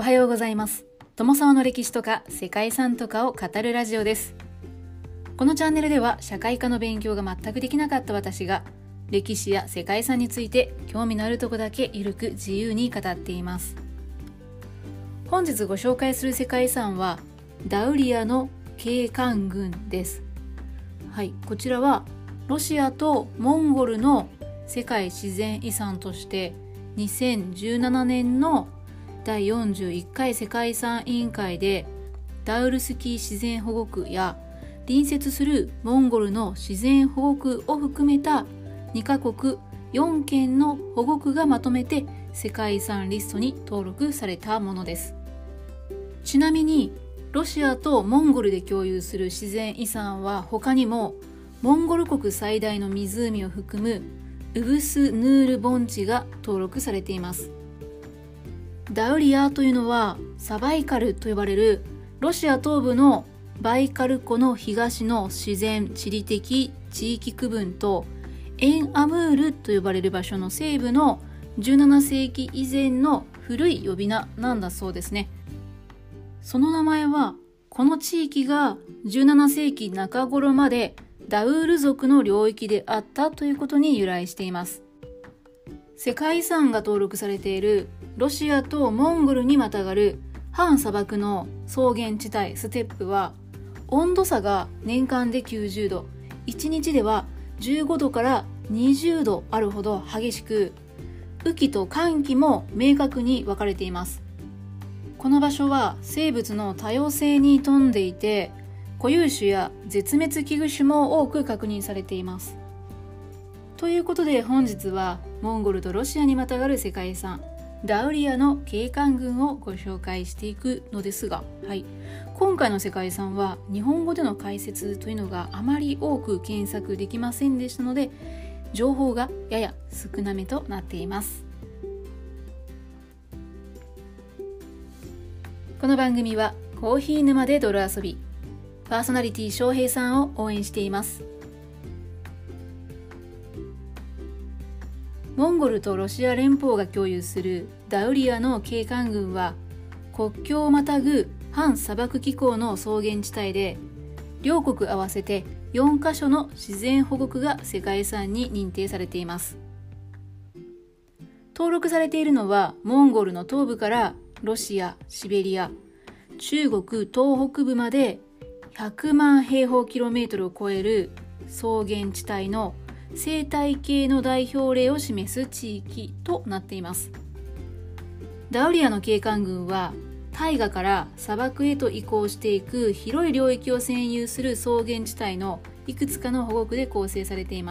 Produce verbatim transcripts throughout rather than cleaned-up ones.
はようございます。友沢の歴史とか世界遺産とかを語るラジオです。このチャンネルでは社会科の勉強が全くできなかった私が歴史や世界遺産について興味のあるとこだけゆるく自由に語っています。本日ご紹介する世界遺産はダウリアの景観群です。はい、こちらはロシアとモンゴルの世界自然遺産としてにせんじゅうななねんのだいよんじゅういっかい世界遺産委員会でダウルスキー自然保護区や隣接するモンゴルの自然保護区を含めたにカ国よんけんの保護区がまとめて世界遺産リストに登録されたものです。ちなみにロシアとモンゴルで共有する自然遺産は他にもモンゴル国最大の湖を含むウブスヌール盆地が登録されています。ダウリアというのはサバイカルと呼ばれるロシア東部のバイカル湖の東の自然地理的地域区分とエンアムールと呼ばれる場所の西部のじゅうななせいき以前の古い呼び名なんだそうですね。その名前はこの地域がじゅうななせいきなか頃までダウール族の領域であったということに由来しています。世界遺産が登録されているロシアとモンゴルにまたがる半砂漠の草原地帯ステップは温度差が年間できゅうじゅうど、いちにちではじゅうごどからにじゅうどあるほど激しく、雨季と乾季も明確に分かれています。この場所は生物の多様性に富んでいて、固有種や絶滅危惧種も多く確認されています。ということで本日はモンゴルとロシアにまたがる世界遺産ダウリアの景観群をご紹介していくのですが、はい、今回の世界遺産は日本語での解説というのがあまり多く検索できませんでしたので、情報がやや少なめとなっています。この番組はコーヒー沼で泥遊び、パーソナリティ翔平さんを応援しています。モンゴルとロシア連邦が共有するダウリアの景観群は国境をまたぐ半砂漠気候の草原地帯で、両国合わせてよんかしょの自然保護区が世界遺産に認定されています。登録されているのはモンゴルの東部からロシア、シベリア、中国東北部までひゃくまんへいほうキロメートルを超える草原地帯の生態系の代表例を示す地域となっています。ダウリアの景観群は大河から砂漠へと移行していく広い領域を占有する草原地帯のいくつかの保護区で構成されています。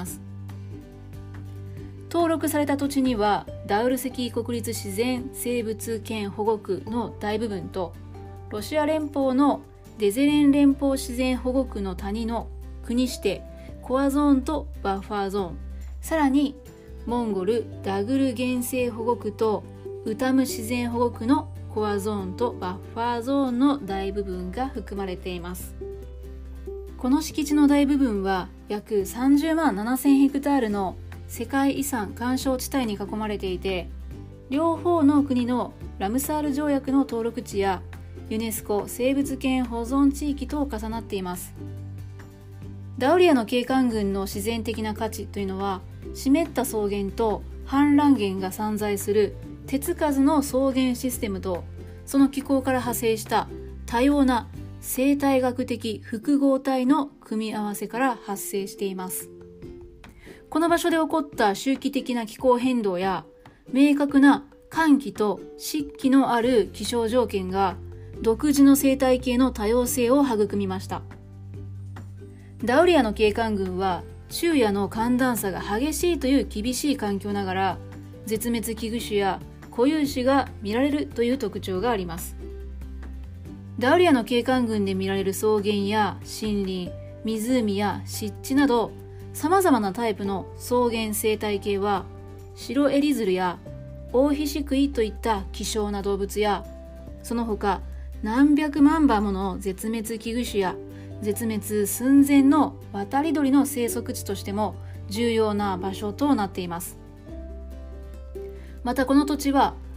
登録された土地にはダウルスキー国立自然生物圏保護区の大部分とロシア連邦のデゼレン連邦自然保護区の谷の国指定コアゾーンとバッファーゾーン、さらにモンゴルダグル原生保護区とウタム自然保護区のコアゾーンとバッファーゾーンの大部分が含まれています。この敷地の大部分は約さんじゅうまんななせんヘクタールの世界遺産干渉地帯に囲まれていて、両方の国のラムサール条約の登録地やユネスコ生物圏保存地域と重なっています。ダウリアの景観群の自然的な価値というのは、湿った草原と氾濫源が散在する手つかずの草原システムと、その気候から派生した多様な生態学的複合体の組み合わせから発生しています。この場所で起こった周期的な気候変動や明確な乾季と湿気のある気象条件が独自の生態系の多様性を育みました。ダウリアの景観群は昼夜の寒暖差が激しいという厳しい環境ながら、絶滅危惧種や固有種が見られるという特徴があります。ダウリアの景観群で見られる草原や森林、湖や湿地など様々なタイプの草原生態系は、白エリズルやオオヒシクイといった希少な動物や、その他何百万羽もの絶滅危惧種や絶滅寸前の渡り鳥の生息地としても重要な場所となっています。またこの土地は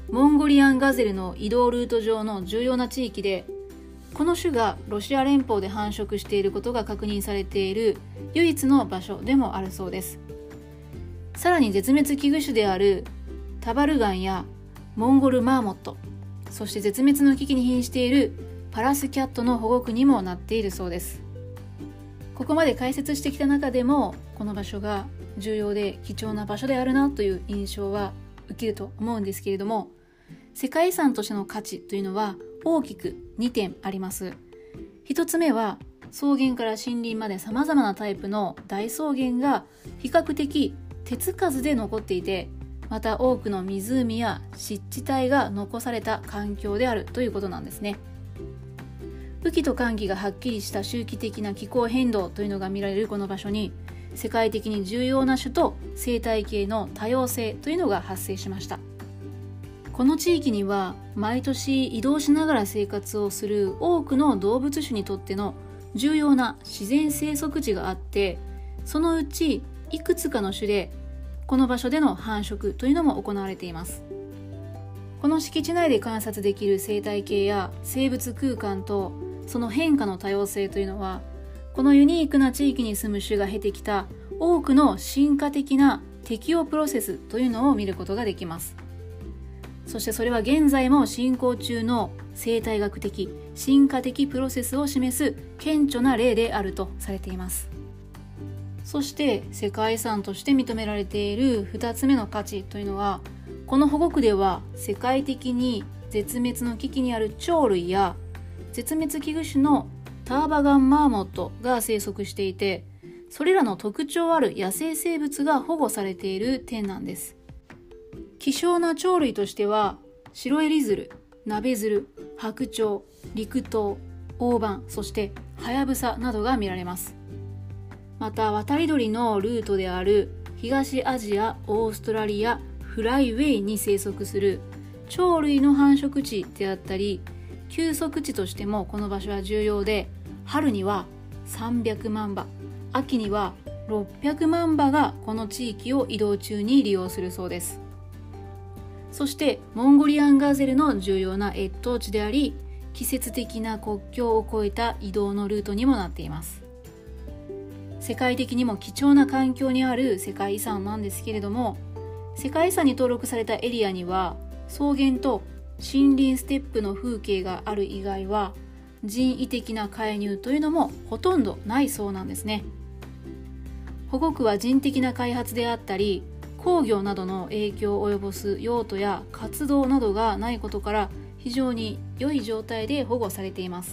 モンゴリアンガゼルの移動ルート上の重要な地域で、この種がロシア連邦で繁殖していることが確認されている唯一の場所でもあるそうです。さらに絶滅危惧種であるタバルガンやモンゴルマーモット、そして絶滅の危機に瀕しているパラスキャットの保護区にもなっているそうです。ここまで解説してきた中でも、この場所が重要で貴重な場所であるなという印象は受けると思うんですけれども、世界遺産としての価値というのは大きくにてんあります。一つ目は、草原から森林まで様々なタイプの大草原が比較的手つかずで残っていて、また多くの湖や湿地帯が残された環境であるということなんですね。雨季と乾季がはっきりした周期的な気候変動というのが見られるこの場所に、世界的に重要な種と生態系の多様性というのが発生しました。この地域には毎年移動しながら生活をする多くの動物種にとっての重要な自然生息地があって、そのうちいくつかの種でこの場所での繁殖というのも行われています。この敷地内で観察できる生態系や生物空間とその変化の多様性というのは、このユニークな地域に住む種が経てきた多くの進化的な適応プロセスというのを見ることができます。そしてそれは現在も進行中の生態学的進化的プロセスを示す顕著な例であるとされています。そして世界遺産として認められているふたつめの価値というのは、この保護区では世界的に絶滅の危機にある鳥類や絶滅危惧種のターバガンマーモットが生息していて、それらの特徴ある野生生物が保護されている点なんです。希少な鳥類としてはシロエリズル、ナベヅル、白鳥、陸頭、オオバン、そしてハヤブサなどが見られます。また渡り鳥のルートである東アジア、オーストラリア、フライウェイに生息する鳥類の繁殖地であったり休息地としてもこの場所は重要で、春にはさんびゃくまんば、秋にはろっぴゃくまんばがこの地域を移動中に利用するそうです。そしてモンゴリアンガーゼルの重要な越冬地であり、季節的な国境を越えた移動のルートにもなっています。世界的にも貴重な環境にある世界遺産なんですけれども、世界遺産に登録されたエリアには草原と森林ステップの風景がある以外は人為的な介入というのもほとんどないそうなんですね。保護区は人的な開発であったり工業などの影響を及ぼす用途や活動などがないことから非常に良い状態で保護されています。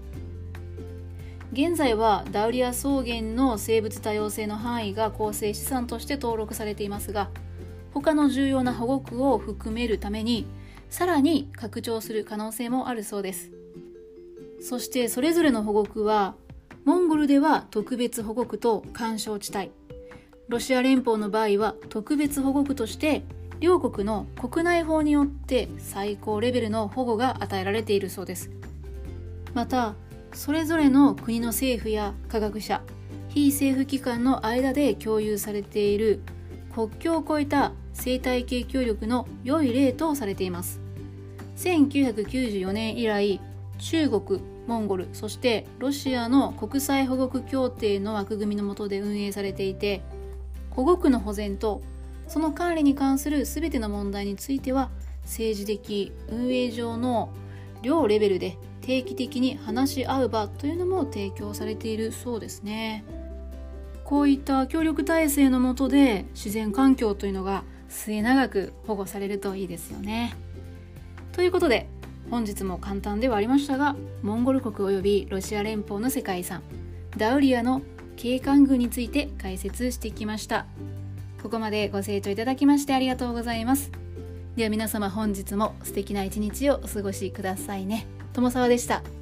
現在はダウリア草原の生物多様性の範囲が構成資産として登録されていますが、他の重要な保護区を含めるためにさらに拡張する可能性もあるそうです。そしてそれぞれの保護区はモンゴルでは特別保護区と緩衝地帯、ロシア連邦の場合は特別保護区として両国の国内法によって最高レベルの保護が与えられているそうです。またそれぞれの国の政府や科学者、非政府機関の間で共有されている国境を越えた生態系協力の良い例とされています。せんきゅうひゃくきゅうじゅうよねん以来、中国、モンゴル、そしてロシアの国際保護区協定の枠組みの下で運営されていて、保護区の保全とその管理に関する全ての問題については政治的、運営上の両レベルで定期的に話し合う場というのも提供されているそうですね。こういった協力体制の下で自然環境というのが末永く保護されるといいですよね。ということで本日も簡単ではありましたが、モンゴル国及びロシア連邦の世界遺産ダウリアの景観群について解説してきました。ここまでご清聴いただきましてありがとうございます。では皆様、本日も素敵な一日をお過ごしくださいね。友沢でした。